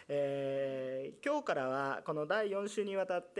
今日からはこの第4週にわたって、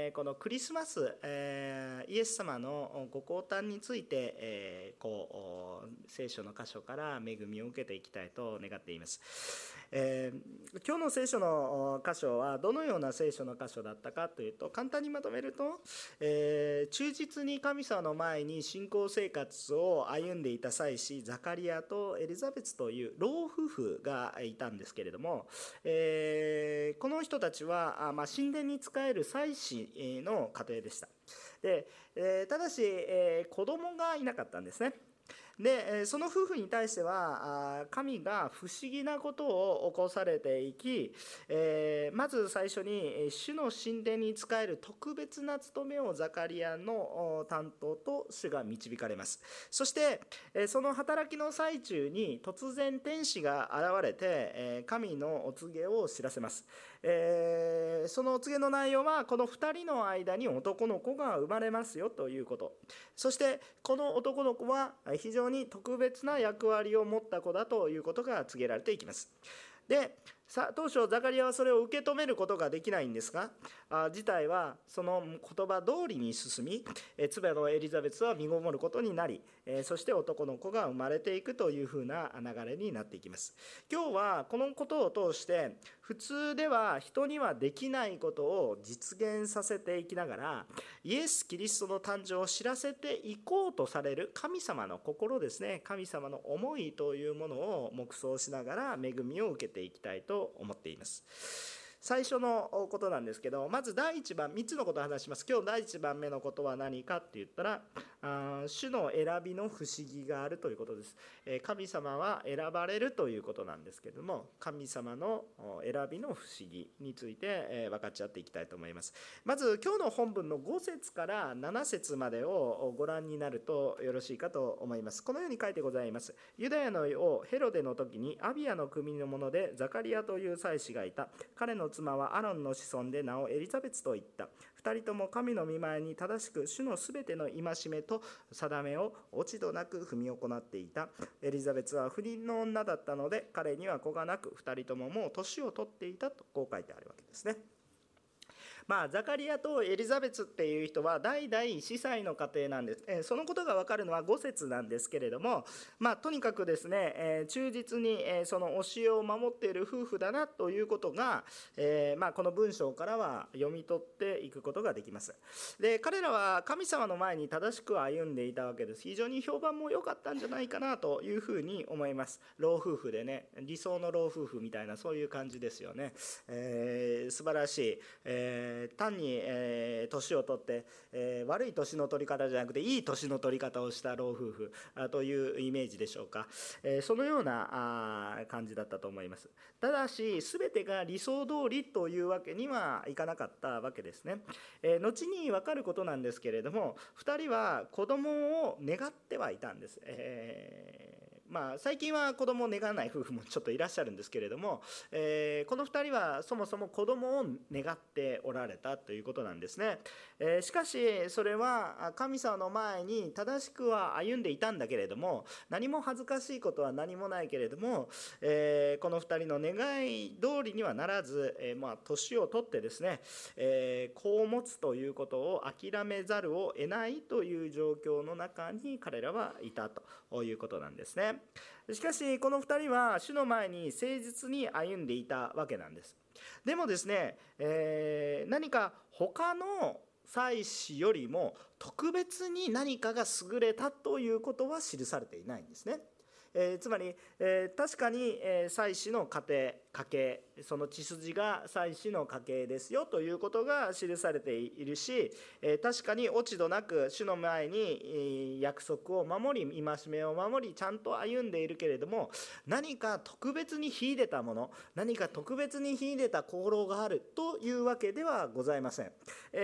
このクリスマス、イエス様のご降誕について、聖書の箇所から恵みを受けていきたいと願っています。今日の聖書の箇所はどのような聖書の箇所だったかというと、簡単にまとめると、忠実に神様の前に信仰生活を歩んでいた祭司ザカリアとエリザベスという老夫婦がいたんですけれども、この人たちは、神殿に仕える祭司の家庭でした。で、ただし、子供がいなかったんですね。で、その夫婦に対しては神が不思議なことを起こされていき、まず最初に主の神殿に仕える特別な務めをザカリアの担当と主が導かれます。そしてその働きの最中に突然天使が現れて神のお告げを知らせます。そのお告げの内容は、この2人の間に男の子が生まれますよということ。そしてこの男の子は非常に特別な役割を持った子だということが告げられていきます。で、当初ザカリアはそれを受け止めることができないんですが、事態はその言葉通りに進み、妻のエリザベスは身ごもることになり、そして男の子が生まれていくというふうな流れになっていきます。今日はこのことを通して、普通では人にはできないことを実現させていきながら、イエス・キリストの誕生を知らせていこうとされる神様の心ですね、神様の思いというものを黙想しながら恵みを受けていきたいと思っています。最初のことなんですけど、まず第1番、3つのことを話します。今日第1番目のことは何かって言ったら、主の選びの不思議があるということです。神様は選ばれるということなんですけども、神様の選びの不思議について分かち合っていきたいと思います。まず今日の本文の5節から7節までをご覧になるとよろしいかと思います。このように書いてございます。ユダヤの王ヘロデの時にアビアの組の者でザカリアという祭司がいた。彼の妻はアロンの子孫で名をエリザベスと言った。二人とも神の御前に正しく主のすべての戒めと定めを落ち度なく踏み行っていた。エリザベスは不倫の女だったので、彼には子がなく、二人とももう年を取っていたとこう書いてあるわけですね。ザカリアとエリザベスっていう人は代々司祭の家庭なんです。そのことが分かるのは5節なんですけれども、とにかくですね、忠実にその教えを守っている夫婦だなということが、この文章からは読み取っていくことができます。で、彼らは神様の前に正しく歩んでいたわけです。非常に評判も良かったんじゃないかなというふうに思います。老夫婦でね、理想の老夫婦みたいな、そういう感じですよね。素晴らしい、単に年を取って、悪い年の取り方じゃなくていい年の取り方をした老夫婦というイメージでしょうか。そのような感じだったと思います。ただし全てが理想通りというわけにはいかなかったわけですね。後に分かることなんですけれども、2人は子供を願ってはいたんです。最近は子供を願わない夫婦もちょっといらっしゃるんですけれども、この2人はそもそも子供を願っておられたということなんですね。しかしそれは神様の前に正しくは歩んでいたんだけれども、何も恥ずかしいことは何もないけれども、この2人の願い通りにはならず、年を取ってですね、子を持つということを諦めざるを得ないという状況の中に彼らはいたということなんですね。しかしこの2人は主の前に誠実に歩んでいたわけなんです。でもですね、何か他の祭司よりも特別に何かが優れたということは記されていないんですね。つまり、確かに、祭司の家系、その血筋が祭司の家系ですよということが記されているし、確かに落ち度なく主の前に約束を守り、戒めを守り、ちゃんと歩んでいるけれども、何か特別に秀でたもの、何か特別に秀でた功労があるというわけではございません。立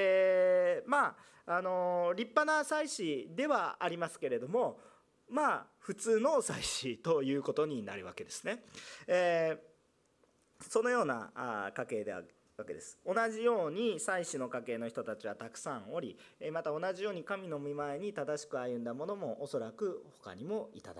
派な祭司ではありますけれども、普通の祭司ということになるわけですね。そのような家系であるわけです。同じように祭司の家系の人たちはたくさんおり、また同じように神の御前に正しく歩んだ者もおそらく他にもいただろう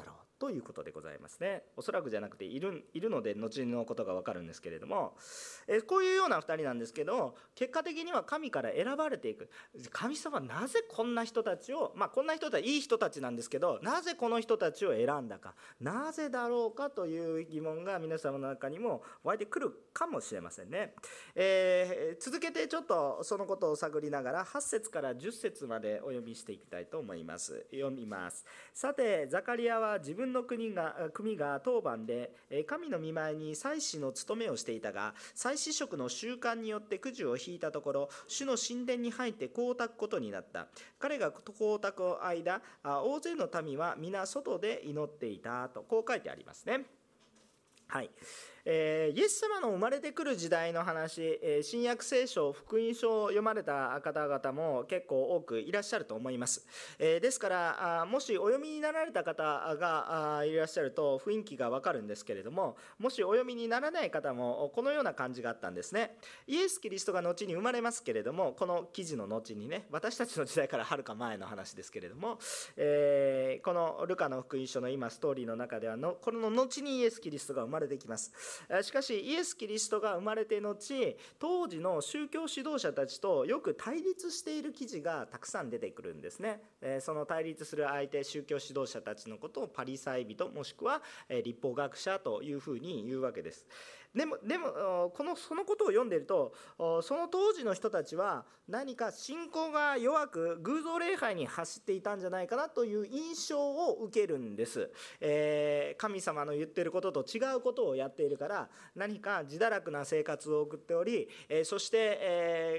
ということでございますね。おそらくじゃなくているので後のことが分かるんですけれども、こういうような2人なんですけど、結果的には神から選ばれていく。神様はなぜこんな人たちを、こんな人たちいい人たちなんですけど、なぜこの人たちを選んだか、なぜだろうかという疑問が皆様の中にも湧いてくるかもしれませんね。続けてちょっとそのことを探りながら8節から10節までお読みしていきたいと思います。読みます。さてザカリアは自分の組が当番で神の見舞いに祭司の務めをしていたが、祭司職の習慣によってくじを引いたところ、主の神殿に入って香を焚くことになった。彼が香を焚く間、大勢の民は皆外で祈っていたと、こう書いてありますね。はい。イエス様の生まれてくる時代の話、新約聖書福音書を読まれた方々も結構多くいらっしゃると思います。ですからもしお読みになられた方がいらっしゃると雰囲気がわかるんですけれども、もしお読みにならない方もこのような感じがあったんですね。イエス・キリストが後に生まれますけれども、この記事の後にね、私たちの時代からはるか前の話ですけれども、このルカの福音書の今ストーリーの中ではこの後にイエス・キリストが生まれてきます。しかしイエス・キリストが生まれて後、当時の宗教指導者たちとよく対立している記事がたくさん出てくるんですね。その対立する相手、宗教指導者たちのことをパリサイ人もしくは律法学者というふうに言うわけです。でもそのことを読んでいると、その当時の人たちは何か信仰が弱く偶像礼拝に走っていたんじゃないかなという印象を受けるんです。神様の言っていることと違うことをやっているから、何か自堕落な生活を送っており、そして、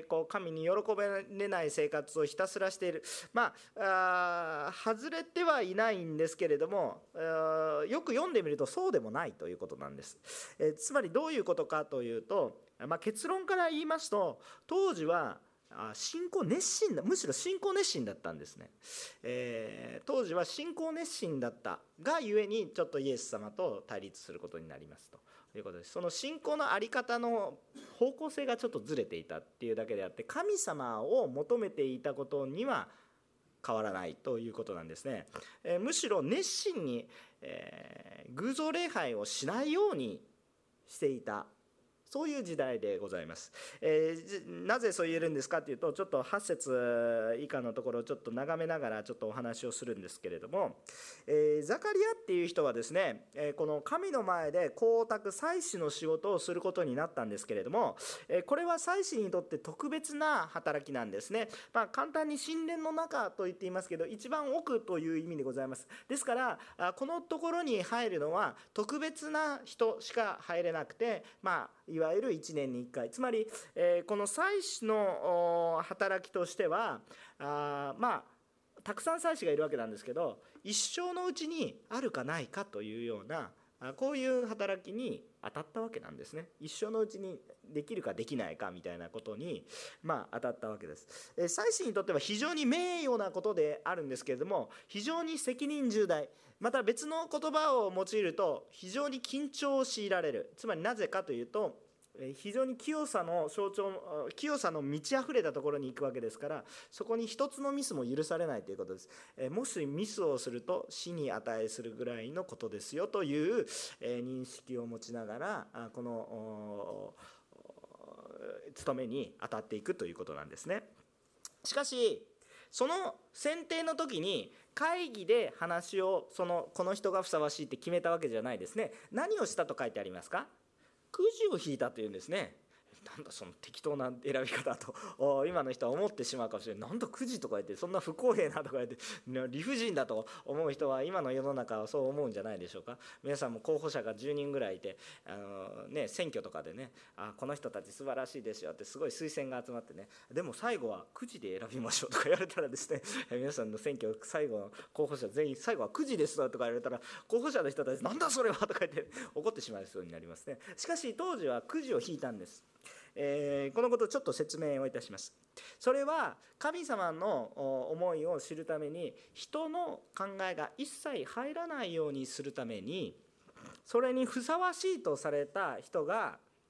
神に喜べれない生活をひたすらしている。外れてはいないんですけれども、よく読んでみるとそうでもないということなんです。つまりどういうことかというと、結論から言いますと、当時はむしろ信仰熱心だったんですね。当時は信仰熱心だったがゆえにちょっとイエス様と対立することになりますということです。その信仰の在り方の方向性がちょっとずれていたっていうだけであって、神様を求めていたことには変わらないということなんですね。むしろ熱心に、偶像礼拝をしないようにしていた、そういう時代でございます。なぜそう言えるんですかというと、ちょっと8節以下のところをちょっと眺めながらちょっとお話をするんですけれども、ザカリアっていう人はですね、この神の前で香を焚く祭司の仕事をすることになったんですけれども、これは祭司にとって特別な働きなんですね。簡単に神殿の中と言っていますけど、一番奥という意味でございます。ですからこのところに入るのは特別な人しか入れなくて、いわゆる1年に1回、つまり、この祭司の働きとしてはたくさん祭司がいるわけなんですけど、一生のうちにあるかないかというようなこういう働きに当たったわけなんですね。一生のうちにできるかできないかみたいなことに当たったわけです。祭司にとっては非常に名誉なことであるんですけれども、非常に責任重大、また別の言葉を用いると非常に緊張を強いられる。つまりなぜかというと、非常に清さの象徴、清さの満ち溢れたところに行くわけですから、そこに一つのミスも許されないということです。もしミスをすると死に値するぐらいのことですよという認識を持ちながら、この務めに当たっていくということなんですね。しかしその選定の時に会議で話をこの人がふさわしいって決めたわけじゃないですね。何をしたと書いてありますか？くじを引いたというんですね。なんだその適当な選び方と今の人は思ってしまうかもしれない。なんだくじとか言ってそんな不公平なとか言って理不尽だと思う人は今の世の中はそう思うんじゃないでしょうか。皆さんも候補者が10人ぐらいいて選挙とかでね、この人たち素晴らしいですよってすごい推薦が集まってね、でも最後はくじで選びましょうとか言われたらですね、皆さんの選挙最後の候補者全員最後はくじですとか言われたら、候補者の人たちなんだそれはとか言って怒ってしまいそうになりますね。しかし当時はくじを引いたんです。このことをちょっと説明をいたします。それは神様の思いを知るために、人の考えが一切入らないようにするために、それにふさわしいとされた人が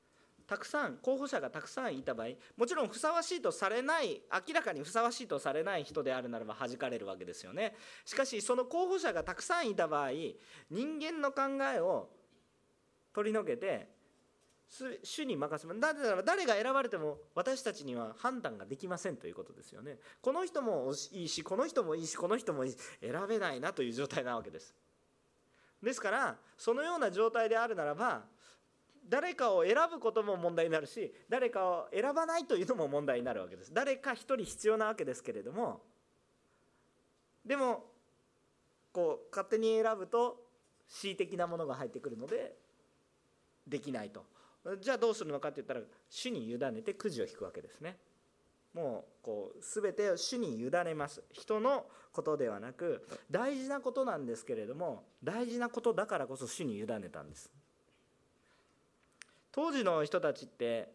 たくさん候補者がたくさんいた場合、もちろんふさわしいとされない、明らかにふさわしいとされない人であるならば弾かれるわけですよね。しかしその候補者がたくさんいた場合、人間の考えを取り除けて主に任せます。なぜなら誰が選ばれても私たちには判断ができませんということですよね。この人もいいし、この人もいいし、この人もいいし、選べないなという状態なわけです。ですからそのような状態であるならば、誰かを選ぶことも問題になるし、誰かを選ばないというのも問題になるわけです。誰か一人必要なわけですけれども、でも勝手に選ぶと恣意的なものが入ってくるのでできないと。じゃあどうするのかって言ったら、主に委ねてくじを引くわけですね。もう全てを主に委ねます。人のことではなく、大事なことなんですけれども、大事なことだからこそ主に委ねたんです。当時の人たちって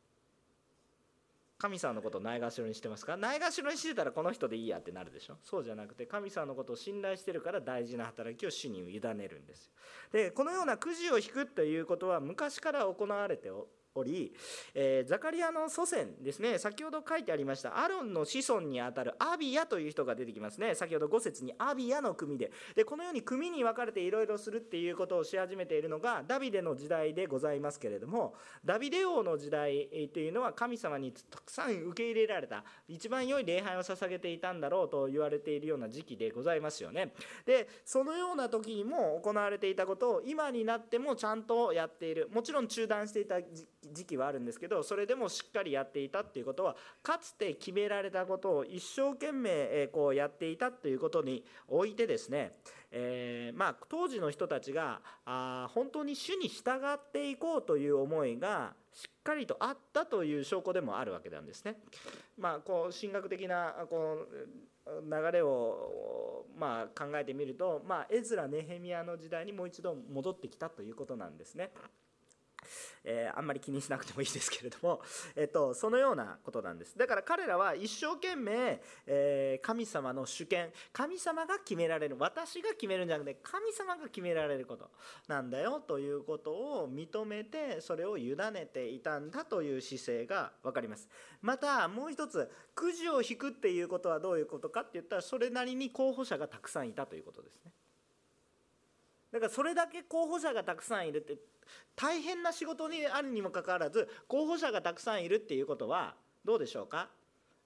神様のことをないがしろにしてますか？ないがしろにしてたらこの人でいいやってなるでしょ。そうじゃなくて、神様のことを信頼してるから大事な働きを主に委ねるんですよ。でこのようなくじを引くということは昔から行われており、ザカリアの祖先ですね、先ほど書いてありましたアロンの子孫にあたるアビヤという人が出てきますね。先ほど5節にアビヤの組で、このように組に分かれていろいろするっていうことをし始めているのがダビデの時代でございますけれども、ダビデ王の時代というのは神様にたくさん受け入れられた、一番良い礼拝を捧げていたんだろうと言われているような時期でございますよね。でそのような時にも行われていたことを今になってもちゃんとやっている。もちろん中断していた時期はあるんですけど、それでもしっかりやっていたっていうことは、かつて決められたことを一生懸命やっていたということにおいてですね、当時の人たちが本当に主に従っていこうという思いがしっかりとあったという証拠でもあるわけなんですね。神学的な流れを考えてみると、エズラ・ネヘミヤの時代にもう一度戻ってきたということなんですね。あんまり気にしなくてもいいですけれども、そのようなことなんです。だから彼らは一生懸命、神様の主権、神様が決められる、私が決めるんじゃなくて神様が決められることなんだよということを認めて、それを委ねていたんだという姿勢が分かります。またもう一つ、くじを引くっていうことはどういうことかって言ったら、それなりに候補者がたくさんいたということですね。だからそれだけ候補者がたくさんいるって、大変な仕事にあるにもかかわらず候補者がたくさんいるっていうことはどうでしょうか。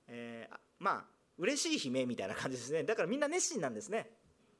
嬉しい悲鳴みたいな感じですね。だからみんな熱心なんですね。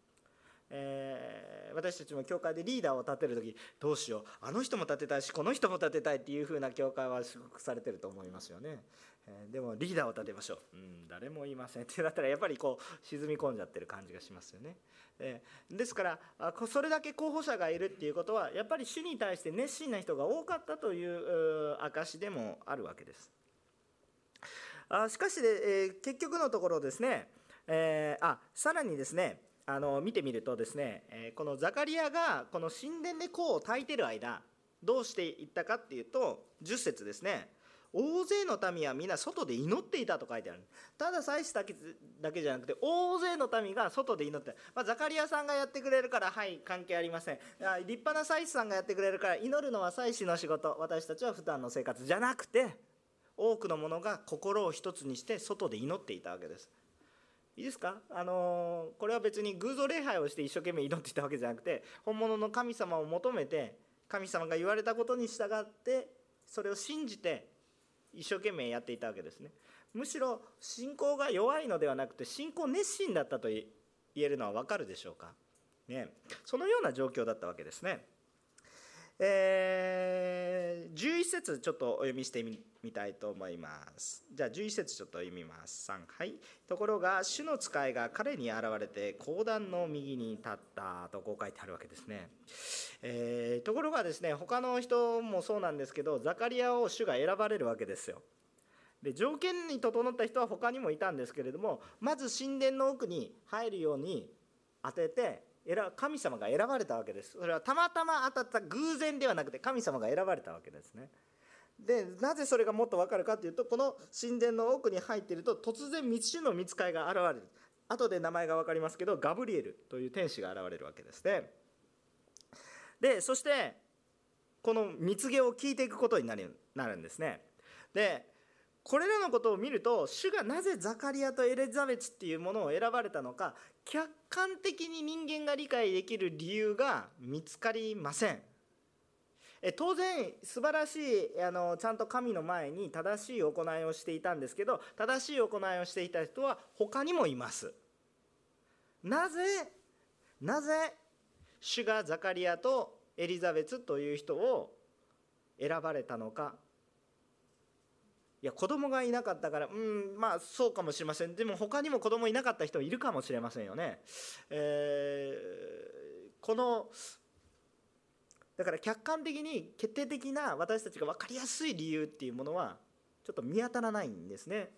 私たちも教会でリーダーを立てるとき、どうしよう、あの人も立てたいしこの人も立てたいっていう風な教会は祝福されてると思いますよね。でもリーダーを立てましょう、誰もいませんってなったらやっぱり沈み込んじゃってる感じがしますよね。ですからそれだけ候補者がいるっていうことは、やっぱり主に対して熱心な人が多かったという証でもあるわけです。しかし結局のところですね、さらにですね、見てみるとですね、このザカリアがこの神殿で香を焚いてる間どうしていったかっていうと、10節ですね、大勢の民はみんな外で祈っていたと書いてある。ただ祭司だけじゃなくて大勢の民が外で祈って、ザカリアさんがやってくれるから関係ありません、立派な祭司さんがやってくれるから祈るのは祭司の仕事、私たちは普段の生活じゃなくて、多くの者が心を一つにして外で祈っていたわけです。いいですか。これは別に偶像礼拝をして一生懸命祈っていたわけじゃなくて、本物の神様を求めて、神様が言われたことに従ってそれを信じて一生懸命やっていたわけですね。むしろ信仰が弱いのではなくて、信仰熱心だったと言えるのは分かるでしょうか、そのような状況だったわけですね。11節ちょっとお読みしてみたいと思います。じゃあ11節ちょっと読みます。3、はい。ところが主の使いが彼に現れて講談の右に立ったと書いてあるわけですね。ところがですね、他の人もそうなんですけど、ザカリアを主が選ばれるわけですよ。で条件に整った人は他にもいたんですけれども、まず神殿の奥に入るように当てて神様が選ばれたわけです。それはたまたま当たった偶然ではなくて、神様が選ばれたわけですね。でなぜそれがもっと分かるかというと、この神殿の奥に入っていると突然主の御使いが現れる。後で名前が分かりますけど、ガブリエルという天使が現れるわけですね。でそしてこの蜜毛を聞いていくことになるなるんですね。でこれらのことを見ると、主がなぜザカリアとエリザベツっていうものを選ばれたのか、客観的に人間が理解できる理由が見つかりません。当然素晴らしいちゃんと神の前に正しい行いをしていたんですけど、正しい行いをしていた人は他にもいます。なぜ主がザカリアとエリザベツという人を選ばれたのか。いや子供がいなかったから、まあそうかもしれません。でも他にも子供いなかった人いるかもしれませんよね。このだから客観的に決定的な私たちが分かりやすい理由っていうものはちょっと見当たらないんですね。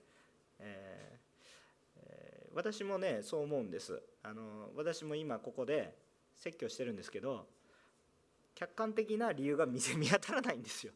私もねそう思うんです。私も今ここで説教してるんですけど、客観的な理由が見当たらないんですよ。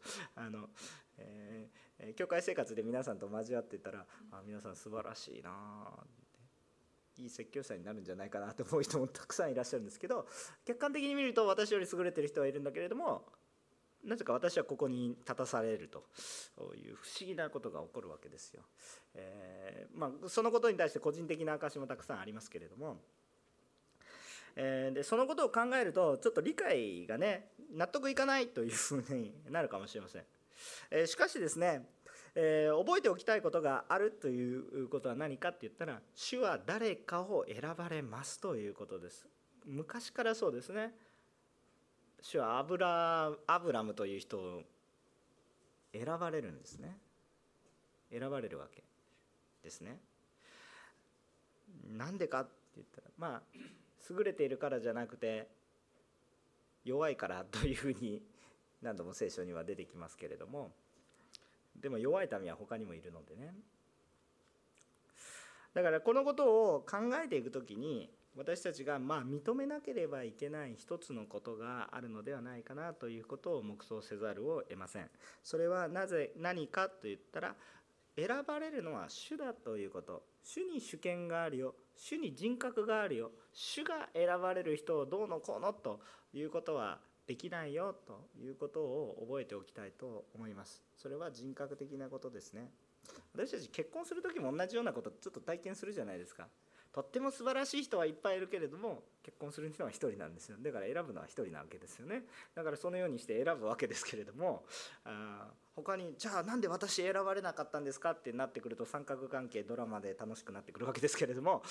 教会生活で皆さんと交わってたら、皆さん素晴らしいな、いい説教者になるんじゃないかなと思う人もたくさんいらっしゃるんですけど、客観的に見ると私より優れてる人はいるんだけれども、なぜか私はここに立たされるという不思議なことが起こるわけですよ。そのことに対して個人的な証もたくさんありますけれども、でそのことを考えるとちょっと理解がね納得いかないというふうになるかもしれません。しかしですね、覚えておきたいことがあるということは何かって言ったら、主は誰かを選ばれますということです。昔からそうですね。主はアブラムという人を選ばれるんですね。選ばれるわけですね。なんでかって言ったら、優れているからじゃなくて弱いからというふうに何度も聖書には出てきますけれども、でも弱い民は他にもいるのでね。だからこのことを考えていくときに、私たちが認めなければいけない一つのことがあるのではないかなということを黙想せざるを得ません。それは何かと言ったら、選ばれるのは主だということ。主に主権があるよ、主に人格があるよ、主が選ばれる人をどうのこうのということはできないよということを覚えておきたいと思います。それは人格的なことですね。私たち結婚する時も同じようなことちょっと体験するじゃないですか。とっても素晴らしい人はいっぱいいるけれども、結婚する人は一人なんですよ。だから選ぶのは一人なわけですよね。だからそのようにして選ぶわけですけれども、他にじゃあなんで私選ばれなかったんですかってなってくると、三角関係ドラマで楽しくなってくるわけですけれども、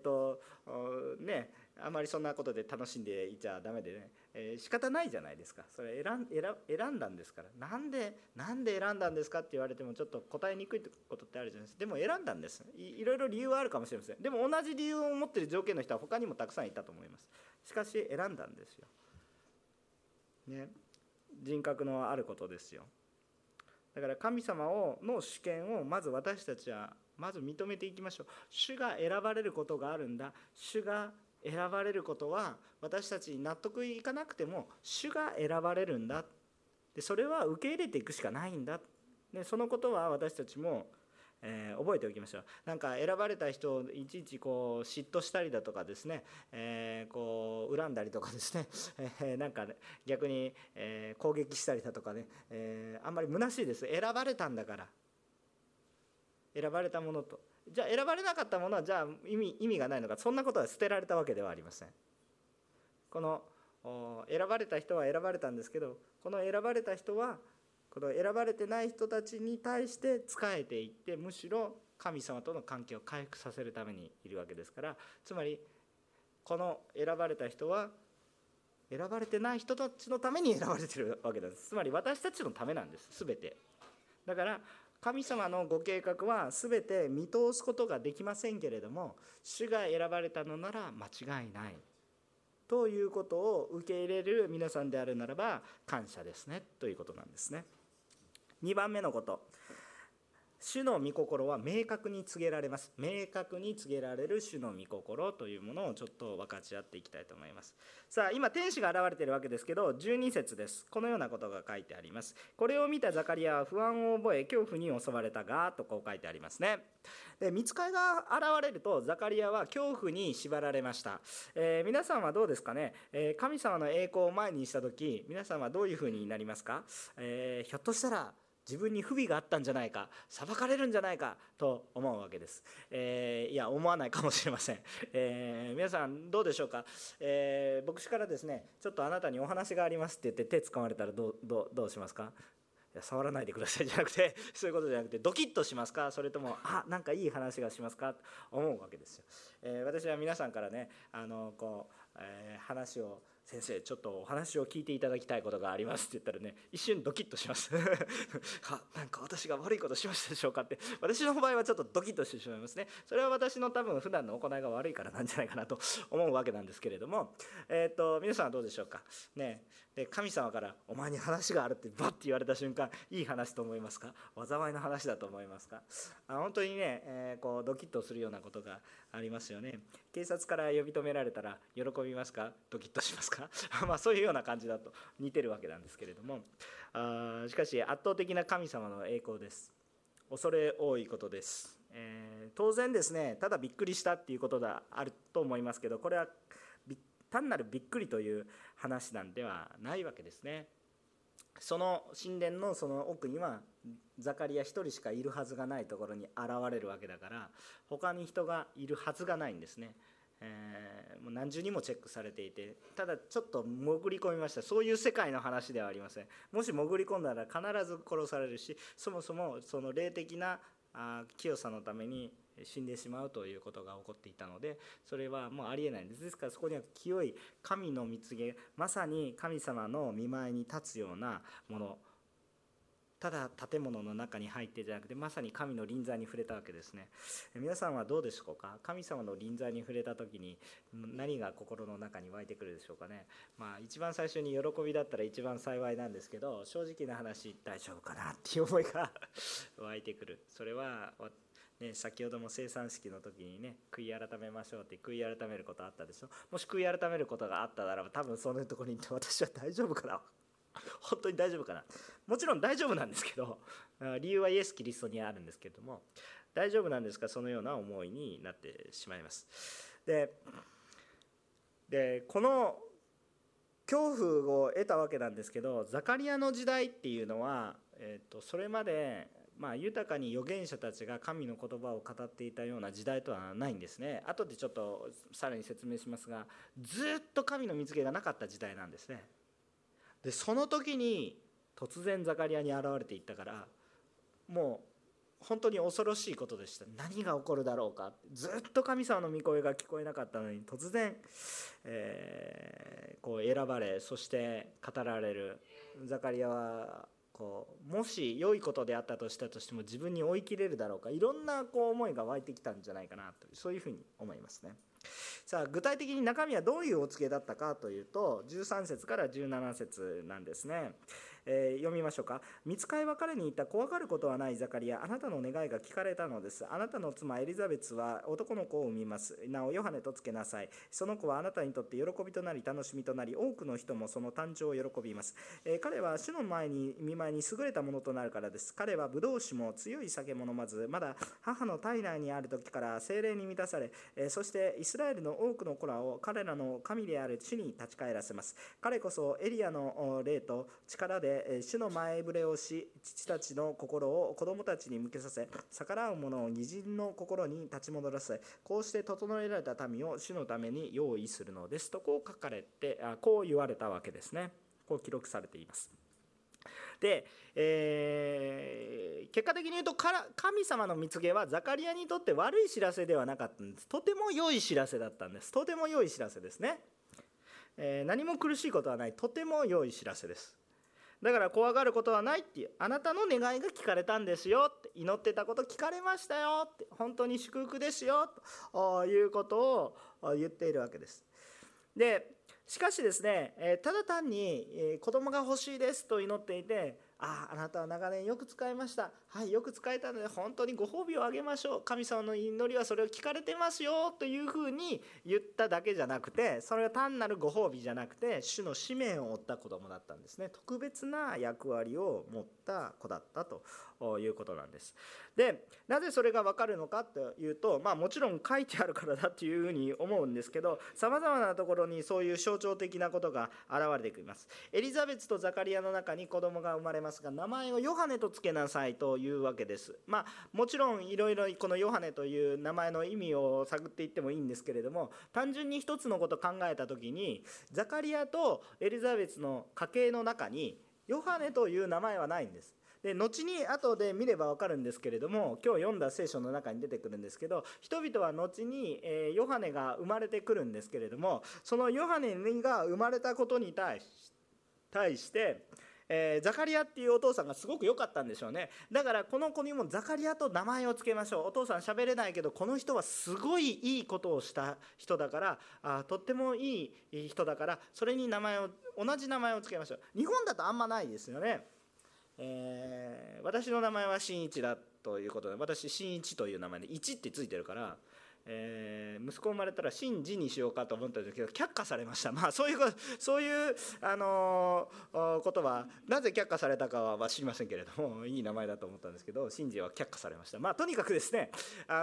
あまりそんなことで楽しんでいちゃダメでね、仕方ないじゃないですか。それ選んだんですから。なんで選んだんですかって言われてもちょっと答えにくいことってあるじゃないですか。でも選んだんです。いろいろ理由はあるかもしれません。でも同じ理由を持っている条件の人は他にもたくさんいたと思います。しかし選んだんですよ、ね、人格のあることですよ。だから神様の主権をまず私たちはまず認めていきましょう。主が選ばれることがあるんだ。主が選ばれることは私たちに納得いかなくても主が選ばれるんだ。でそれは受け入れていくしかないんだ。でそのことは私たちも覚えておきましょう。なんか選ばれた人をいちいちこう嫉妬したりだとかですね、こう恨んだりとかですね、なんか、ね、逆に、攻撃したりだとかね、あんまり虚しいです。選ばれたんだから、選ばれたものと、じゃあ選ばれなかったものはじゃあ意味がないのか、そんなことは捨てられたわけではありません。この選ばれた人は選ばれたんですけど、この選ばれた人はこの選ばれてない人たちに対して仕えていって、むしろ神様との関係を回復させるためにいるわけですから、つまりこの選ばれた人は選ばれてない人たちのために選ばれているわけです。つまり私たちのためなんです、全て。だから神様のご計画は全て見通すことができませんけれども、主が選ばれたのなら間違いないということを受け入れる皆さんであるならば感謝ですねということなんですね。2番目のこと、主の御心は明確に告げられます。明確に告げられる主の御心というものをちょっと分かち合っていきたいと思います。さあ今天使が現れているわけですけど、12節です。このようなことが書いてあります。これを見たザカリアは不安を覚え恐怖に襲われたがとこう書いてありますね。で御使いが現れるとザカリアは恐怖に縛られました。皆さんはどうですかね。神様の栄光を前にした時、皆さんはどういうふうになりますか。ひょっとしたら自分に不備があったんじゃないか、裁かれるんじゃないかと思うわけです。いや思わないかもしれません。皆さんどうでしょうか。牧師からですね、ちょっとあなたにお話がありますって言って手掴まれたらどうしますか。いや触らないでくださいじゃなくて、そういうことじゃなくてドキッとしますか、それともなんかいい話がしますかと思うわけですよ。私は皆さんからね話を、先生ちょっとお話を聞いていただきたいことがありますって言ったらね、一瞬ドキッとしますなんか私が悪いことしましたでしょうかって、私の場合はちょっとドキッとしてしまいますね。それは私の多分普段の行いが悪いからなんじゃないかなと思うわけなんですけれども、皆さんはどうでしょうかね。で神様からお前に話があるってバッて言われた瞬間、いい話と思いますか、災いの話だと思いますか。本当にね、ドキッとするようなことがありますよね。警察から呼び止められたら喜びますか、ドキッとしますかそういうような感じだと似てるわけなんですけれども、しかし圧倒的な神様の栄光です。恐れ多いことです。当然ですね、ただびっくりしたっていうことがあると思いますけど、これは単なるびっくりという話なんではないわけですね。その神殿のその奥にはザカリア一人しかいるはずがないところに現れるわけだから、他に人がいるはずがないんですね。もう何重にもチェックされていて、ただちょっと潜り込みました。そういう世界の話ではありません。もし潜り込んだら必ず殺されるし、そもそもその霊的な清さのために死んでしまうということが起こっていたので、それはもうありえないんです。ですからそこには清い神の御告げ、まさに神様の御前に立つようなもの、ただ建物の中に入ってじゃなくて、まさに神の臨在に触れたわけですね。皆さんはどうでしょうか。神様の臨在に触れた時に何が心の中に湧いてくるでしょうかね。一番最初に喜びだったら一番幸いなんですけど、正直な話大丈夫かなっていう思いが湧いてくる。それは先ほども生産式の時にね、悔い改めましょうって悔い改めることあったでしょ。もし悔い改めることがあったならば、多分そのところに行って私は大丈夫かな本当に大丈夫かな。もちろん大丈夫なんですけど、理由はイエス・キリストにあるんですけれども、大丈夫なんですか、そのような思いになってしまいます。でこの恐怖を得たわけなんですけど、ザカリアの時代っていうのは、それまで豊かに預言者たちが神の言葉を語っていたような時代とはないんですね。後でちょっとさらに説明しますが、ずっと神の御告げがなかった時代なんですね。でその時に突然ザカリアに現れていったから、もう本当に恐ろしいことでした。何が起こるだろうか。ずっと神様の御声が聞こえなかったのに、突然、選ばれ、そして語られる。ザカリアはもし良いことであったとしたとしても自分に追い切れるだろうか、いろんな思いが湧いてきたんじゃないかなと、そういうふうに思いますね。さあ具体的に中身はどういうお告げだったかというと、13節から17節なんですね。読みましょうか。御使いは彼に言った。怖がることはないザカリア、あなたの願いが聞かれたのです。あなたの妻エリザベツは男の子を産みます。なおヨハネとつけなさい。その子はあなたにとって喜びとなり楽しみとなり、多くの人もその誕生を喜びます。彼は主の見舞いに優れたものとなるからです。彼はブドウ酒も強い酒も飲まず、まだ母の体内にある時から聖霊に満たされ、そしてイスラエルの多くの子らを彼らの神である主に立ち返らせます。彼こそエリアの霊と力で主の前触れをし、父たちの心を子供たちに向けさせ、逆らう者を義人の心に立ち戻らせ、こうして整えられた民を主のために用意するのですと、こう書かれて、こう言われたわけですね。こう記録されています。で、結果的に言うと神様の御告げはザカリアにとって悪い知らせではなかったんです。とても良い知らせだったんです。とても良い知らせですね。何も苦しいことはない、とても良い知らせです。だから怖がることはないっていう、あなたの願いが聞かれたんですよって、祈ってたこと聞かれましたよって、本当に祝福ですよということを言っているわけです。でしかしですね、ただ単に子供が欲しいですと祈っていて、あなたは長年よく使いました、はいよく使えたので本当にご褒美をあげましょう、神様の祈りはそれを聞かれてますよというふうに言っただけじゃなくて、それは単なるご褒美じゃなくて主の使命を負った子供だったんですね。特別な役割を持った子だったということなんです。でなぜそれが分かるのかというと、もちろん書いてあるからだというふうに思うんですけど、さまざまなところにそういう象徴的なことが現れてきます。エリザベスとザカリアの中に子供が生まれますが、名前をヨハネとつけなさいというわけです。もちろんいろいろこのヨハネという名前の意味を探っていってもいいんですけれども、単純に一つのことを考えた時に、ザカリアとエリザベスの家系の中にヨハネという名前はないんです。で後に後で見れば分かるんですけれども、今日読んだ聖書の中に出てくるんですけど、人々は後にヨハネが生まれてくるんですけれども、そのヨハネが生まれたことに対してザカリアっていうお父さんがすごく良かったんでしょうね。だからこの子にもザカリアと名前を付けましょう。お父さん喋れないけどこの人はすごいいいことをした人だから、とってもいい人だから、それに同じ名前を付けましょう。日本だとあんまないですよね。私の名前は新一だということで、私新一という名前で1ってついてるから、息子生まれたら新次にしようかと思ったんですけど却下されました。そういうことはなぜ却下されたかは知りませんけれども、いい名前だと思ったんですけど、新次は却下されました。とにかくですね、で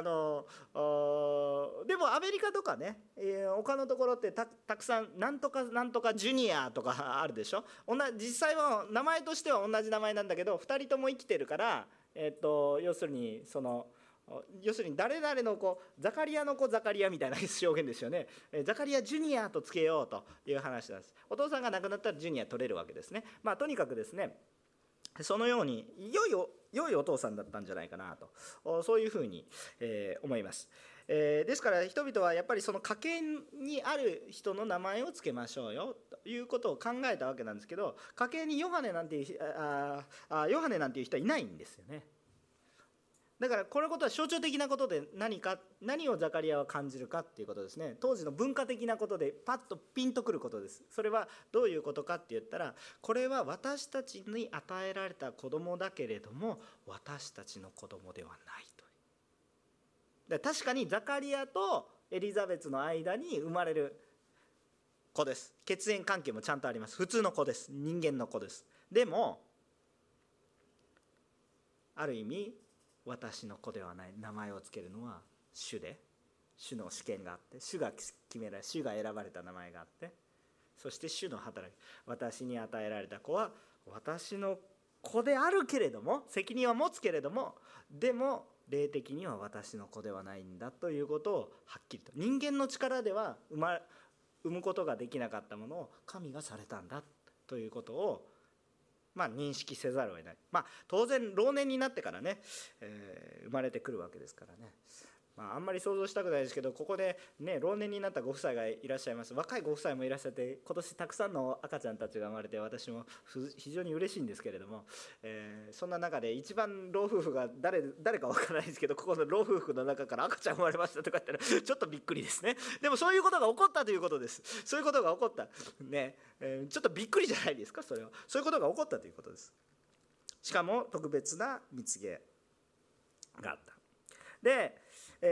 もアメリカとかね、他のところってたくさんなんとかなんとかジュニアとかあるでしょ。実際は名前としては同じ名前なんだけど2人とも生きてるから、要するに誰々の子、ザカリアの子ザカリアみたいな表現ですよね。ザカリアジュニアとつけようという話なんです。お父さんが亡くなったらジュニア取れるわけですね。とにかくですね、そのように良いお父さんだったんじゃないかなと、そういうふうに思います。ですから人々はやっぱりその家系にある人の名前を付けましょうよということを考えたわけなんですけど、家系にヨハネなんていう人はいないんですよね。だからこのことは象徴的なことで、何をザカリアは感じるかっていうことですね。当時の文化的なことでパッとピンとくることです。それはどういうことかって言ったら、これは私たちに与えられた子供だけれども私たちの子供ではないと。確かにザカリアとエリザベスの間に生まれる子です。血縁関係もちゃんとあります。普通の子です。人間の子です。でもある意味私の子ではない、名前をつけるのは主で、主の主権があって、主が決められ、主が選ばれた名前があって、そして主の働き、私に与えられた子は私の子であるけれども、責任は持つけれども、でも霊的には私の子ではないんだということをはっきりと、人間の力では生むことができなかったものを神がされたんだということを認識せざるを得ない。当然老年になってからね、生まれてくるわけですからね。あんまり想像したくないですけど、ここでね、老年になったご夫妻がいらっしゃいます。若いご夫妻もいらっしゃって、今年たくさんの赤ちゃんたちが生まれて、私も非常に嬉しいんですけれども、そんな中で一番老夫婦が誰かわからないですけど、ここの老夫婦の中から赤ちゃん生まれましたとか言ったらちょっとびっくりですね。でもそういうことが起こったということです。そういうことが起こったね、ちょっとびっくりじゃないですか。それはそういうことが起こったということです。しかも特別な蜜毛があった。で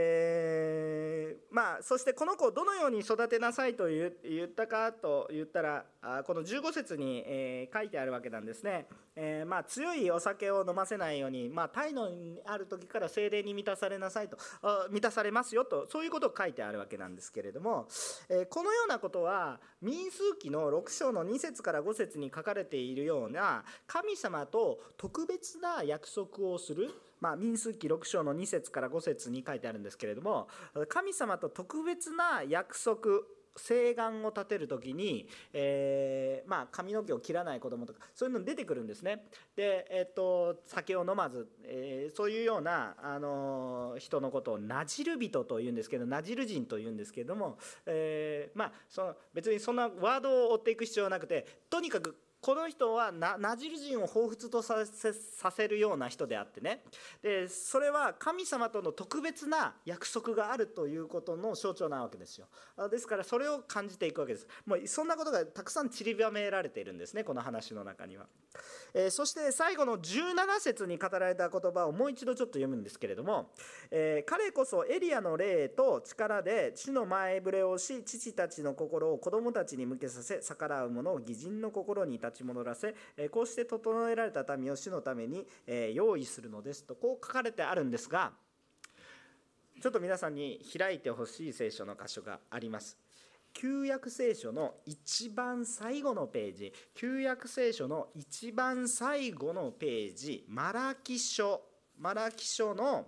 そしてこの子をどのように育てなさいと言ったかと言ったら、この15節に書いてあるわけなんですね。強いお酒を飲ませないように、胎のある時から聖霊に満たされなさいと、満たされますよと、そういうことを書いてあるわけなんですけれども、このようなことは民数記の6章の2節から5節に書かれているような神様と特別な約束をする、民数記6章の2節から5節に書いてあるんですけれども、神様と特別な約束、誓願を立てるときに、髪の毛を切らない子供とかそういうの出てくるんですね。で、酒を飲まず、そういうような人のことをナジル人というんですけど、ナジル人というんですけれども、別にそんなワードを追っていく必要はなくて、とにかくこの人はナジル人を彷彿とさせるような人であってね。でそれは神様との特別な約束があるということの象徴なわけですよ。ですからそれを感じていくわけです。もうそんなことがたくさん散りばめられているんですね、この話の中には。そして最後の17節に語られた言葉をもう一度ちょっと読むんですけれども、彼こそエリアの霊と力で主の前触れをし、父たちの心を子供たちに向けさせ、逆らう者を義人の心に立立ち戻らせ、こうして整えられた民を主のために用意するのですと、こう書かれてあるんですが、ちょっと皆さんに開いてほしい聖書の箇所があります。旧約聖書の一番最後のページ、旧約聖書の一番最後のページ、マラキ書の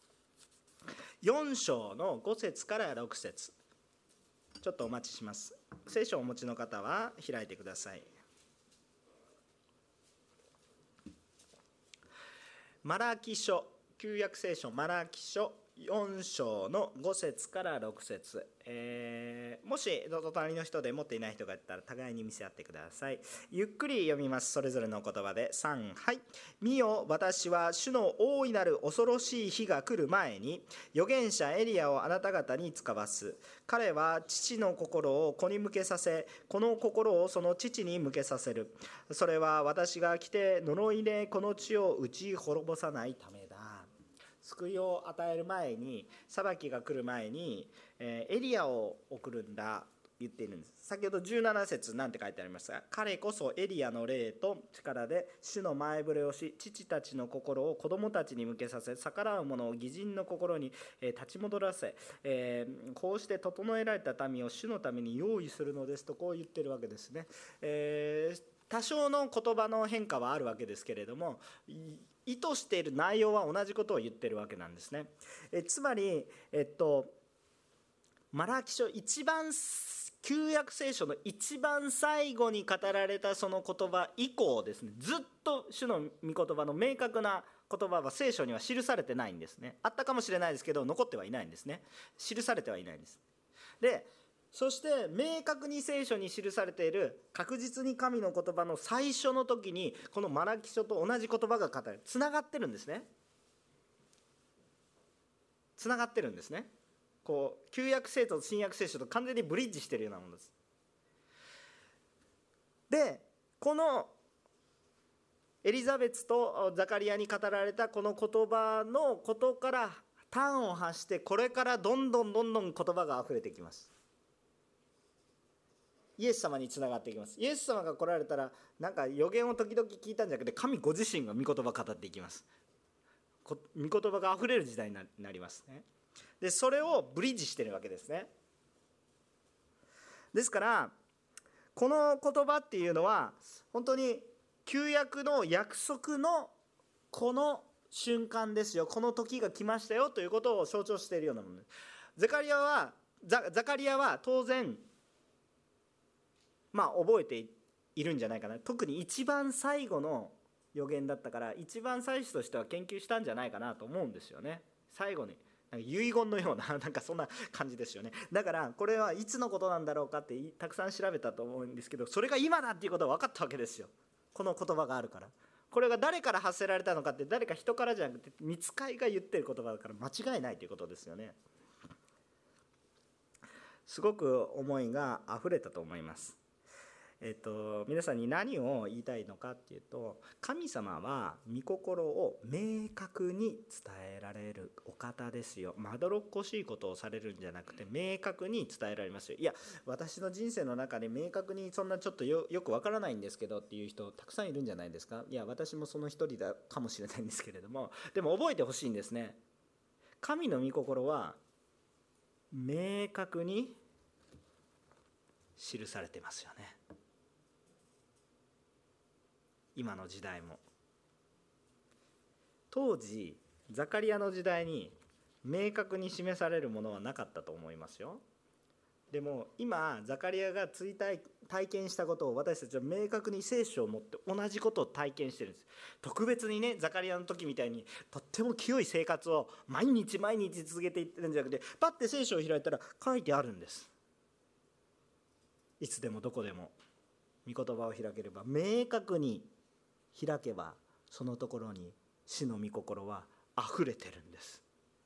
4章の5節から6節、ちょっとお待ちします。聖書をお持ちの方は開いてください。マラキ書、旧約聖書マラキ書4章の5節から6節、もし隣の人で持っていない人がいたら互いに見せ合ってください。ゆっくり読みます。それぞれの言葉で。3、はい。見よ、私は主の大いなる恐ろしい日が来る前に預言者エリアをあなた方に使わす。彼は父の心を子に向けさせ、この心をその父に向けさせる。それは私が来て呪いでこの地を打ち滅ぼさないためだ。救いを与える前に、裁きが来る前にエリアを送るんだと言っているんです。先ほど17節なんて書いてありますが、彼こそエリアの霊と力で主の前触れをし、父たちの心を子供たちに向けさせ、逆らう者を義人の心に立ち戻らせ、こうして整えられた民を主のために用意するのですと、こう言ってるわけですね。多少の言葉の変化はあるわけですけれども、意図している内容は同じことを言ってるわけなんですね。つまり、マラキ書旧約聖書の一番最後に語られたその言葉以降ですね、ずっと主の御言葉の明確な言葉は聖書には記されてないんですね。あったかもしれないですけど残ってはいないんですね。記されてはいないんです。で、そして明確に聖書に記されている確実に神の言葉の最初の時に、このマラキ書と同じ言葉が語られる、つながってるんですね。つながってるんですね。こう旧約聖書と新約聖書と完全にブリッジしているようなものです。で、このエリザベツとザカリアに語られたこの言葉のことから端を発して、これからどんどん言葉があふれてきます。イエス様につながっていきます。イエス様が来られたら、なんか予言を時々聞いたんじゃなくて、神ご自身が御言葉を語っていきます。御言葉があふれる時代になりますね。で、それをブリッジしているわけですね。ですからこの言葉っていうのは本当に旧約の約束のこの瞬間ですよ、この時が来ましたよということを象徴しているようなものです。ザカリアは当然覚えているんじゃないかな。特に一番最後の予言だったから、一番最初としては研究したんじゃないかなと思うんですよね。最後に遺言のような、なんかそんな感じですよね。だからこれはいつのことなんだろうかってたくさん調べたと思うんですけど、それが今だっていうことは分かったわけですよ。この言葉があるから。これが誰から発せられたのかって、誰か人からじゃなくて御使いが言ってる言葉だから間違いないということですよね。すごく思いがあふれたと思います。皆さんに何を言いたいのかっていうと、神様は御心を明確に伝えられるお方ですよ。まどろっこしいことをされるんじゃなくて、明確に伝えられますよ。いや、私の人生の中で明確にそんなちょっと よくわからないんですけどっていう人たくさんいるんじゃないですか。いや、私もその一人だかもしれないんですけれども、でも覚えてほしいんですね。神の御心は明確に記されてますよね。今の時代も。当時ザカリアの時代に明確に示されるものはなかったと思いますよ。でも今ザカリアが体験したことを私たちは明確に聖書を持って同じことを体験してるんです。特別にね、ザカリアの時みたいにとっても清い生活を毎日続けていってるんじゃなくて、パッて聖書を開いたら書いてあるんです。いつでもどこでも御言葉を開ければ、明確に開けばそのところに主の御心はあふれてるんです。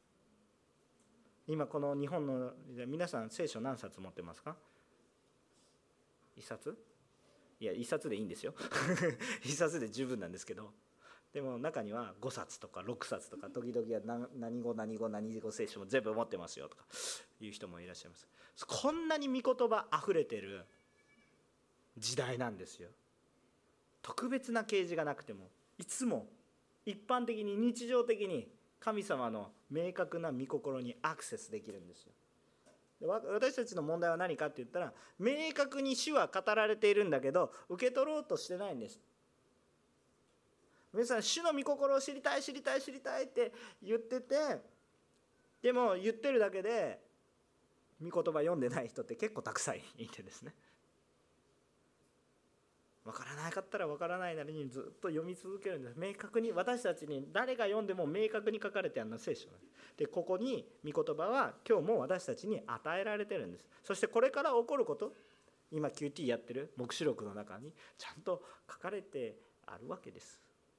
今この日本の皆さん聖書何冊持ってますか？1冊？いや、1冊でいいんですよ1冊で十分なんですけど、でも中には5冊とか6冊とか、時々は何語聖書も全部持ってますよとかいう人もいらっしゃいます。こんなに御言葉あふれてる時代なんですよ。 特別な啓示がなくても、いつも一般的に日常的に神様の明確な御心にアクセスできるんですよ。で私たちの問題は何かって言ったら、明確に主は語られているんだけど受け取ろうとしてないんです。皆さん、主の御心を知りたい知りたい知りたいって言ってて、でも言ってるだけで御言葉読んでない人って結構たくさんいてですね、分からなかったら分からないなりにずっと読み続けるんです。明確に、私たちに誰が読んでも明確に書かれてあるのは聖書で、ここに御言葉は今日も私たちに与えられてるんです。そしてこれから起こること、今 QT やってる黙示録の中にちゃんと書かれてあるわけです。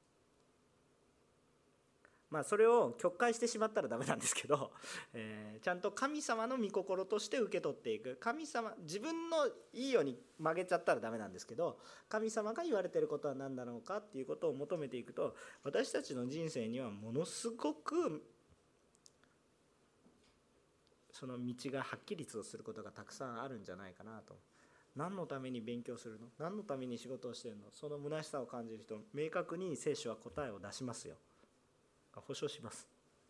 それを曲解してしまったらダメなんですけど、ちゃんと神様の御心として受け取っていく。神様、自分のいいように曲げちゃったらダメなんですけど、神様が言われていることは何だろうかっていうことを求めていくと、私たちの人生にはものすごくその道がはっきりとすることがたくさんあるんじゃないかなと。何のために勉強するの、何のために仕事をしているの、その虚しさを感じる人、明確に聖書は答えを出しますよ。保証します。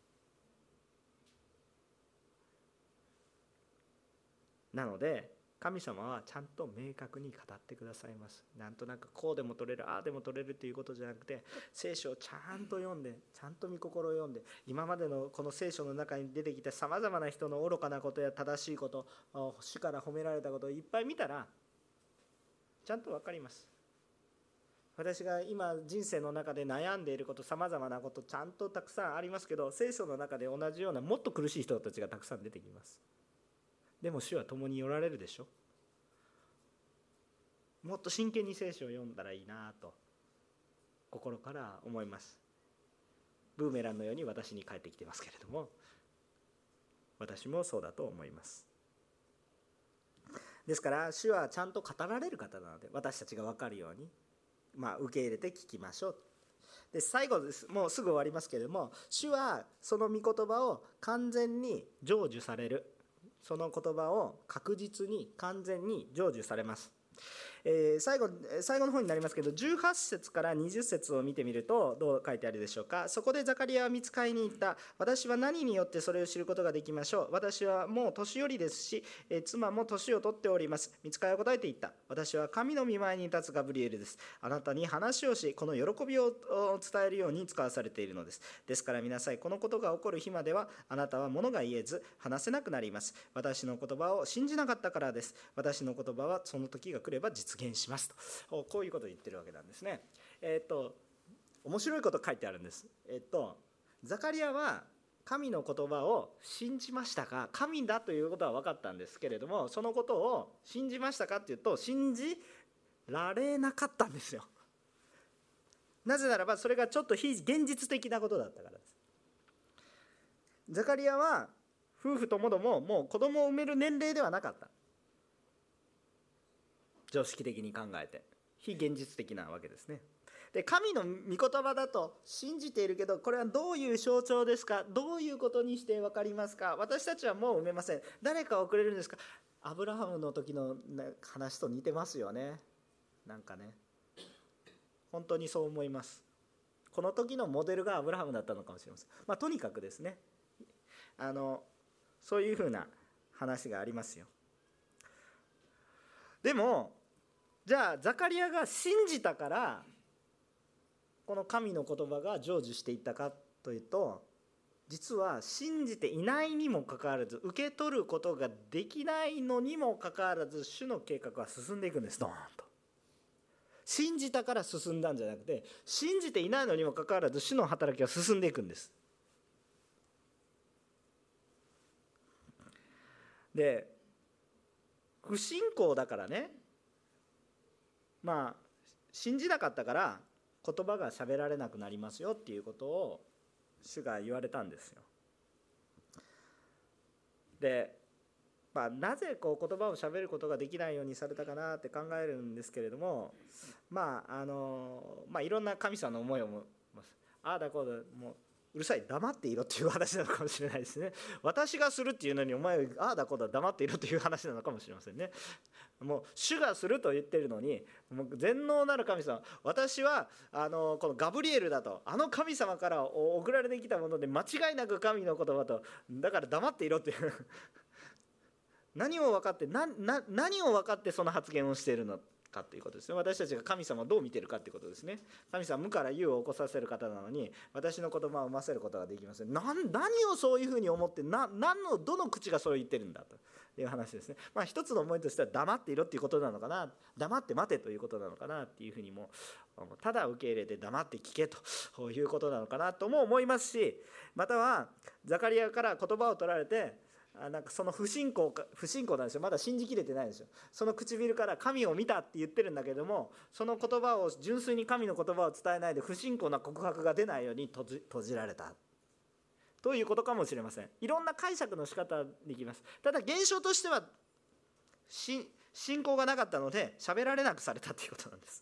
なので神様はちゃんと明確に語ってくださいます。なんとなくこうでも取れる、ああでも取れるということじゃなくて、聖書をちゃんと読んで、ちゃんと御心を読んで、今までのこの聖書の中に出てきたさまざまな人の愚かなことや正しいこと、主から褒められたことをいっぱい見たらちゃんと分かります。私が今人生の中で悩んでいること、さまざまなことちゃんとたくさんありますけど、聖書の中で同じようなもっと苦しい人たちがたくさん出てきます。でも主は共におられるでしょ。もっと真剣に聖書を読んだらいいなと心から思います。ブーメランのように私に返ってきてますけれども、私もそうだと思います。ですから主はちゃんと語られる方なので、私たちが分かるように受け入れて聞きましょう。で最後です、もうすぐ終わりますけれども、主はその御言葉を完全に成就される、その言葉を確実に完全に成就されます。最後の方になりますけど、18節から20節を見てみるとどう書いてあるでしょうか。そこでザカリアは御使いに言った。私は何によってそれを知ることができましょう。私はもう年寄りですし、妻も年を取っております。御使いは答えて言った。私は神の御前に立つガブリエルです。あなたに話をし、この喜びを伝えるように使わされているのです。ですから見なさい、このことが起こる日まではあなたは物が言えず話せなくなります。私の言葉を信じなかったからです。私の言葉はその時が来れば実現しますと、こういうことを言ってるわけなんですね。面白いこと書いてあるんです。ザカリアは神の言葉を信じましたか。神だということは分かったんですけれども、そのことを信じましたかっていうと、信じられなかったんですよ。なぜならばそれがちょっと非現実的なことだったからです。ザカリアは夫婦ともどももう子供を産める年齢ではなかった。常識的に考えて非現実的なわけですね。で神の御言葉だと信じているけど、これはどういう象徴ですか、どういうことにして分かりますか。私たちはもう産めません。誰かをくれるんですか。アブラハムの時の話と似てますよね。なんかね、本当にそう思います。この時のモデルがアブラハムだったのかもしれません。とにかくですね、そういうふうな話がありますよ。でもじゃあザカリアが信じたからこの神の言葉が成就していったかというと、実は信じていないにもかかわらず、受け取ることができないのにもかかわらず、主の計画は進んでいくんです。ドーンと信じたから進んだんじゃなくて、信じていないのにもかかわらず主の働きは進んでいくんです。で不信仰だからね、信じなかったから言葉が喋られなくなりますよっていうことを主が言われたんですよ。で、なぜこう言葉を喋ることができないようにされたかなって考えるんですけれども、いろんな神様の思いをああだこうだ、もううるさい、黙っていろっていう話なのかもしれないですね。私がするっていうのにお前ああだこうだ黙っていろという話なのかもしれませんね。もう主がすると言ってるのに、もう全能なる神様、私はこのガブリエルだと、あの神様から送られてきたもので間違いなく神の言葉と、だから黙っていろっていう何を分かって何を分かってその発言をしているのかということですね。私たちが神様をどう見ているかということですね。神様は無から有を起こさせる方なのに、私の言葉を生ませることができません。何をそういうふうに思って、どの口がそれを言ってるんだという話ですね。一つの思いとしては黙っていろっていうことなのかな、黙って待てということなのかなっていうふうにも、ただ受け入れて黙って聞けということなのかなとも思いますし、またはザカリアから言葉を取られて、なんかその不信仰なんですよ。まだ信じきれてないんですよ。その唇から神を見たって言ってるんだけども、その言葉を純粋に神の言葉を伝えないで不信仰な告白が出ないように閉じられたということかもしれません。いろんな解釈の仕方できます。ただ現象としては信仰がなかったので喋られなくされたということなんです。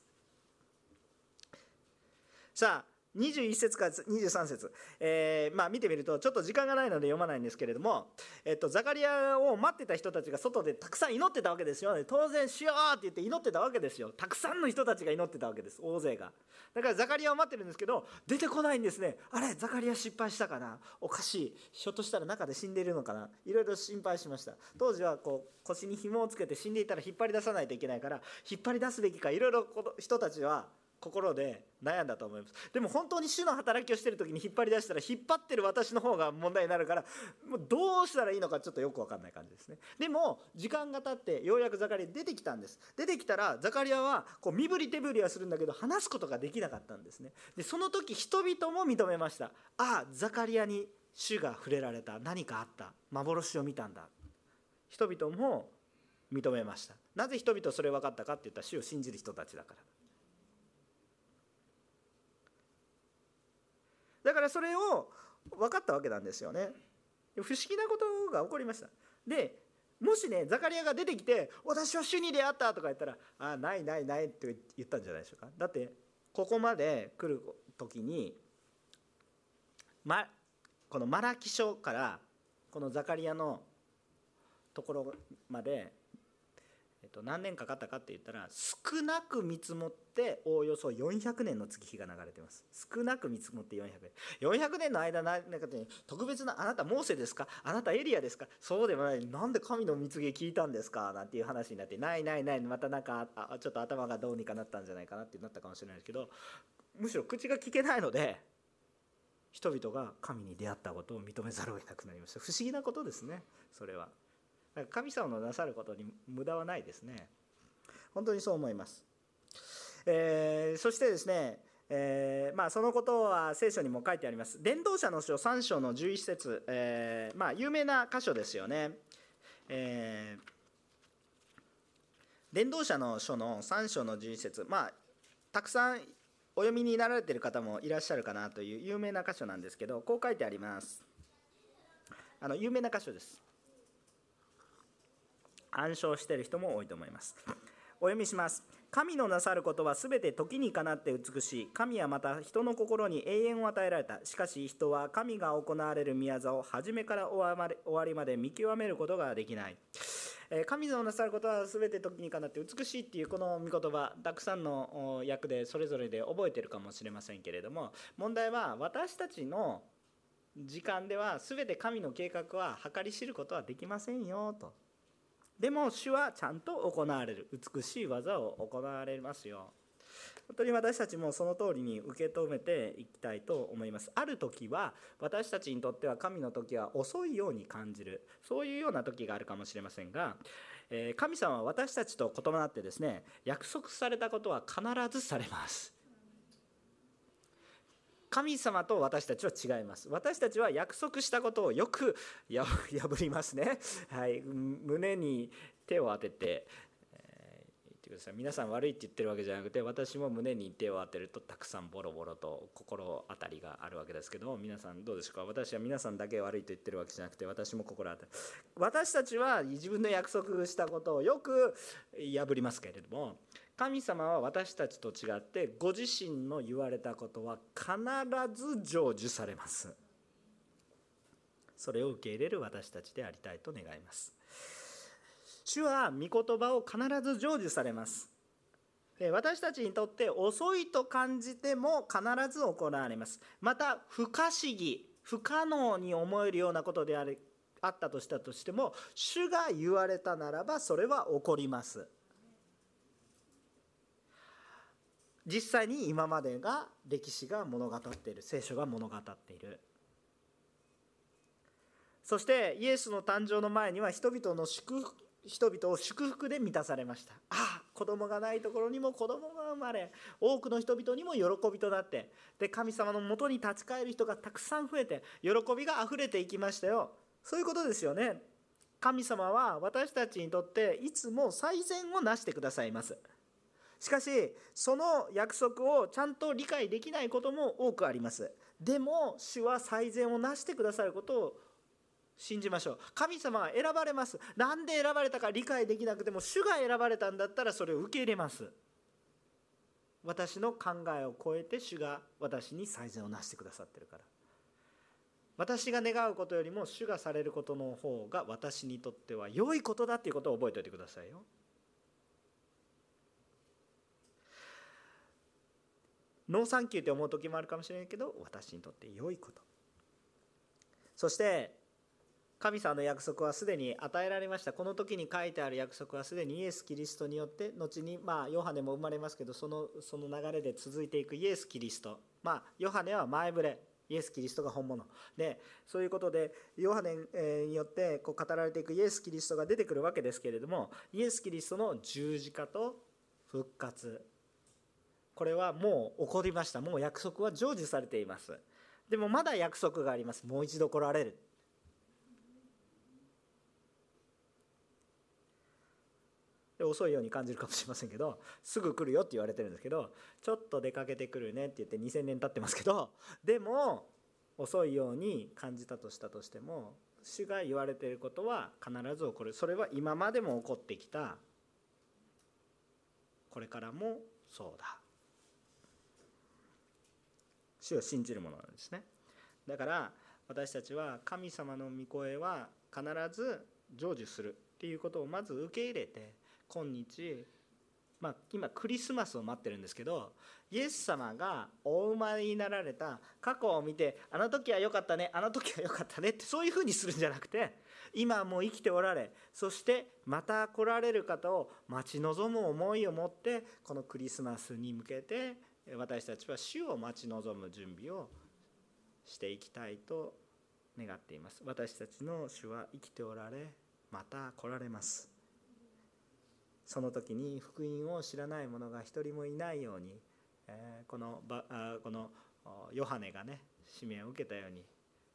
さあ21節から23節、見てみるとちょっと時間がないので読まないんですけれども、ザカリアを待ってた人たちが外でたくさん祈ってたわけですよ。当然主よって言って祈ってたわけですよ。たくさんの人たちが祈ってたわけです、大勢が。だからザカリアを待ってるんですけど出てこないんですね。あれ、ザカリア失敗したかな、おかしい、ひょっとしたら中で死んでいるのかな、いろいろ心配しました。当時は腰に紐をつけて死んでいたら引っ張り出さないといけないから、引っ張り出すべきかいろいろ人たちは心で悩んだと思います。でも本当に主の働きをしている時に引っ張り出したら、引っ張ってる私の方が問題になるから、もうどうしたらいいのかちょっとよく分かんない感じですね。でも時間が経ってようやくザカリア出てきたんです。出てきたらザカリアは身振り手振りはするんだけど話すことができなかったんですね。でその時人々も認めました。ああ、ザカリアに主が触れられた、何かあった、幻を見たんだ。人々も認めました。なぜ人々それ分かったかって言ったら、主を信じる人たちだから。だからそれを分かったわけなんですよね。不思議なことが起こりました。でもしね、ザカリアが出てきて私は主に出会ったとか言ったら、あ、ないって言ったんじゃないでしょうか。だってここまで来る時に、このマラキ書からこのザカリアのところまで何年かかったかって言ったら、少なく見積もっておおよそ400年の月日が流れています。少なく見積もって400年の間、なんか特別な、あなたモーセですか、あなたエリアですか、そうでもない、なんで神の蜜毛聞いたんですかなんていう話になって、ない、またなんかちょっと頭がどうにかなったんじゃないかなってなったかもしれないですけど、むしろ口が聞けないので人々が神に出会ったことを認めざるを得なくなりました。不思議なことですね、それは。神様のなさることに無駄はないですね。本当にそう思います。そしてですね、そのことは聖書にも書いてあります。伝道者の書3章の11節、有名な箇所ですよね。伝道者の書の3章の11節、たくさんお読みになられている方もいらっしゃるかなという有名な箇所なんですけど、こう書いてあります。有名な箇所です。暗唱している人も多いと思います。お読みします。神のなさることはすべて時にかなって美しい。神はまた人の心に永遠を与えられた。しかし人は神が行われる宮業を初めから終わりまで見極めることができない。神のなさることはすべて時にかなって美しいっていうこの御言葉、たくさんの訳でそれぞれで覚えているかもしれませんけれども、問題は私たちの時間ではすべて神の計画は計り知ることはできませんよと。でも主はちゃんと行われる、美しい技を行われますよ。本当に私たちもその通りに受け止めていきたいと思います。ある時は私たちにとっては神の時は遅いように感じる、そういうような時があるかもしれませんが、神様は私たちと異なってですね、約束されたことは必ずされます。神様と私たちは違います。私たちは約束したことをよく破りますね。はい、胸に手を当てて、言ってください。皆さん悪いって言ってるわけじゃなくて、私も胸に手を当てるとたくさんボロボロと心当たりがあるわけですけども、皆さんどうですか。私は皆さんだけ悪いと言ってるわけじゃなくて、私も心当たり、私たちは自分の約束したことをよく破りますけれども、神様は私たちと違ってご自身の言われたことは必ず成就されます。 それを受け入れる私たちでありたいと願います。主は御言葉を必ず成就されます。私たちにとって遅いと感じても必ず行われます。また不可思議、不可能に思えるようなことであったとしても、主が言われたならばそれは起こります。実際に今までが歴史が物語っている、聖書が物語っている。そしてイエスの誕生の前には人々を祝福で満たされました。子供がないところにも子供が生まれ、多くの人々にも喜びとなって、で神様のもとに立ち返る人がたくさん増えて、喜びがあふれていきましたよ。そういうことですよね。神様は私たちにとっていつも最善をなしてくださいます。しかしその約束をちゃんと理解できないことも多くあります。でも主は最善をなしてくださることを信じましょう。神様は選ばれます。なんで選ばれたか理解できなくても、主が選ばれたんだったらそれを受け入れます。私の考えを超えて主が私に最善をなしてくださっているから。私が願うことよりも主がされることの方が私にとっては良いことだということを覚えておいてくださいよ。ノーサンキューって思う時もあるかもしれないけど、私にとって良いこと。そして神様の約束はすでに与えられました。この時に書いてある約束はすでにイエス・キリストによって、後にヨハネも生まれますけど、その流れで続いていくイエス・キリスト、ヨハネは前触れ、イエス・キリストが本物で、そういうことでヨハネによって語られていくイエス・キリストが出てくるわけですけれども、イエス・キリストの十字架と復活、これはもう起こりました。もう約束は成就されています。でもまだ約束があります。もう一度来られる。遅いように感じるかもしれませんけど、すぐ来るよって言われてるんですけど、ちょっと出かけてくるねって言って2000年経ってますけど、でも遅いように感じたとしても、主が言われていることは必ず起こる。それは今までも起こってきた、これからもそうだ。主を信じるものなんですね。だから私たちは神様の御声は必ず成就するっていうことをまず受け入れて、今日、今クリスマスを待ってるんですけど、イエス様がお生まれになられた過去を見て、あの時は良かったね、あの時は良かったねってそういうふうにするんじゃなくて、今も生きておられ、そしてまた来られる方を待ち望む思いを持って、このクリスマスに向けて私たちは主を待ち望む準備をしていきたいと願っています。私たちの主は生きておられ、また来られます。その時に福音を知らない者が一人もいないように、このヨハネがね、使命を受けたように、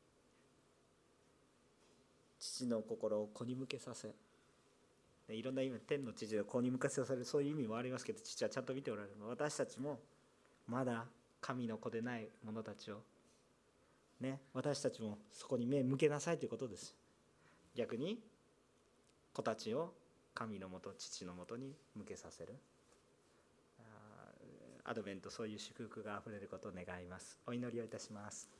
父の心を子に向けさせ、いろんな意味、天の父を子に向けさせる、そういう意味もありますけど、父はちゃんと見ておられる。私たちもまだ神の子でない者たちをね、私たちもそこに目向けなさいということです。逆に子たちを神のもと、父のもとに向けさせる。アドベント、そういう祝福があふれることを願います。お祈りをいたします。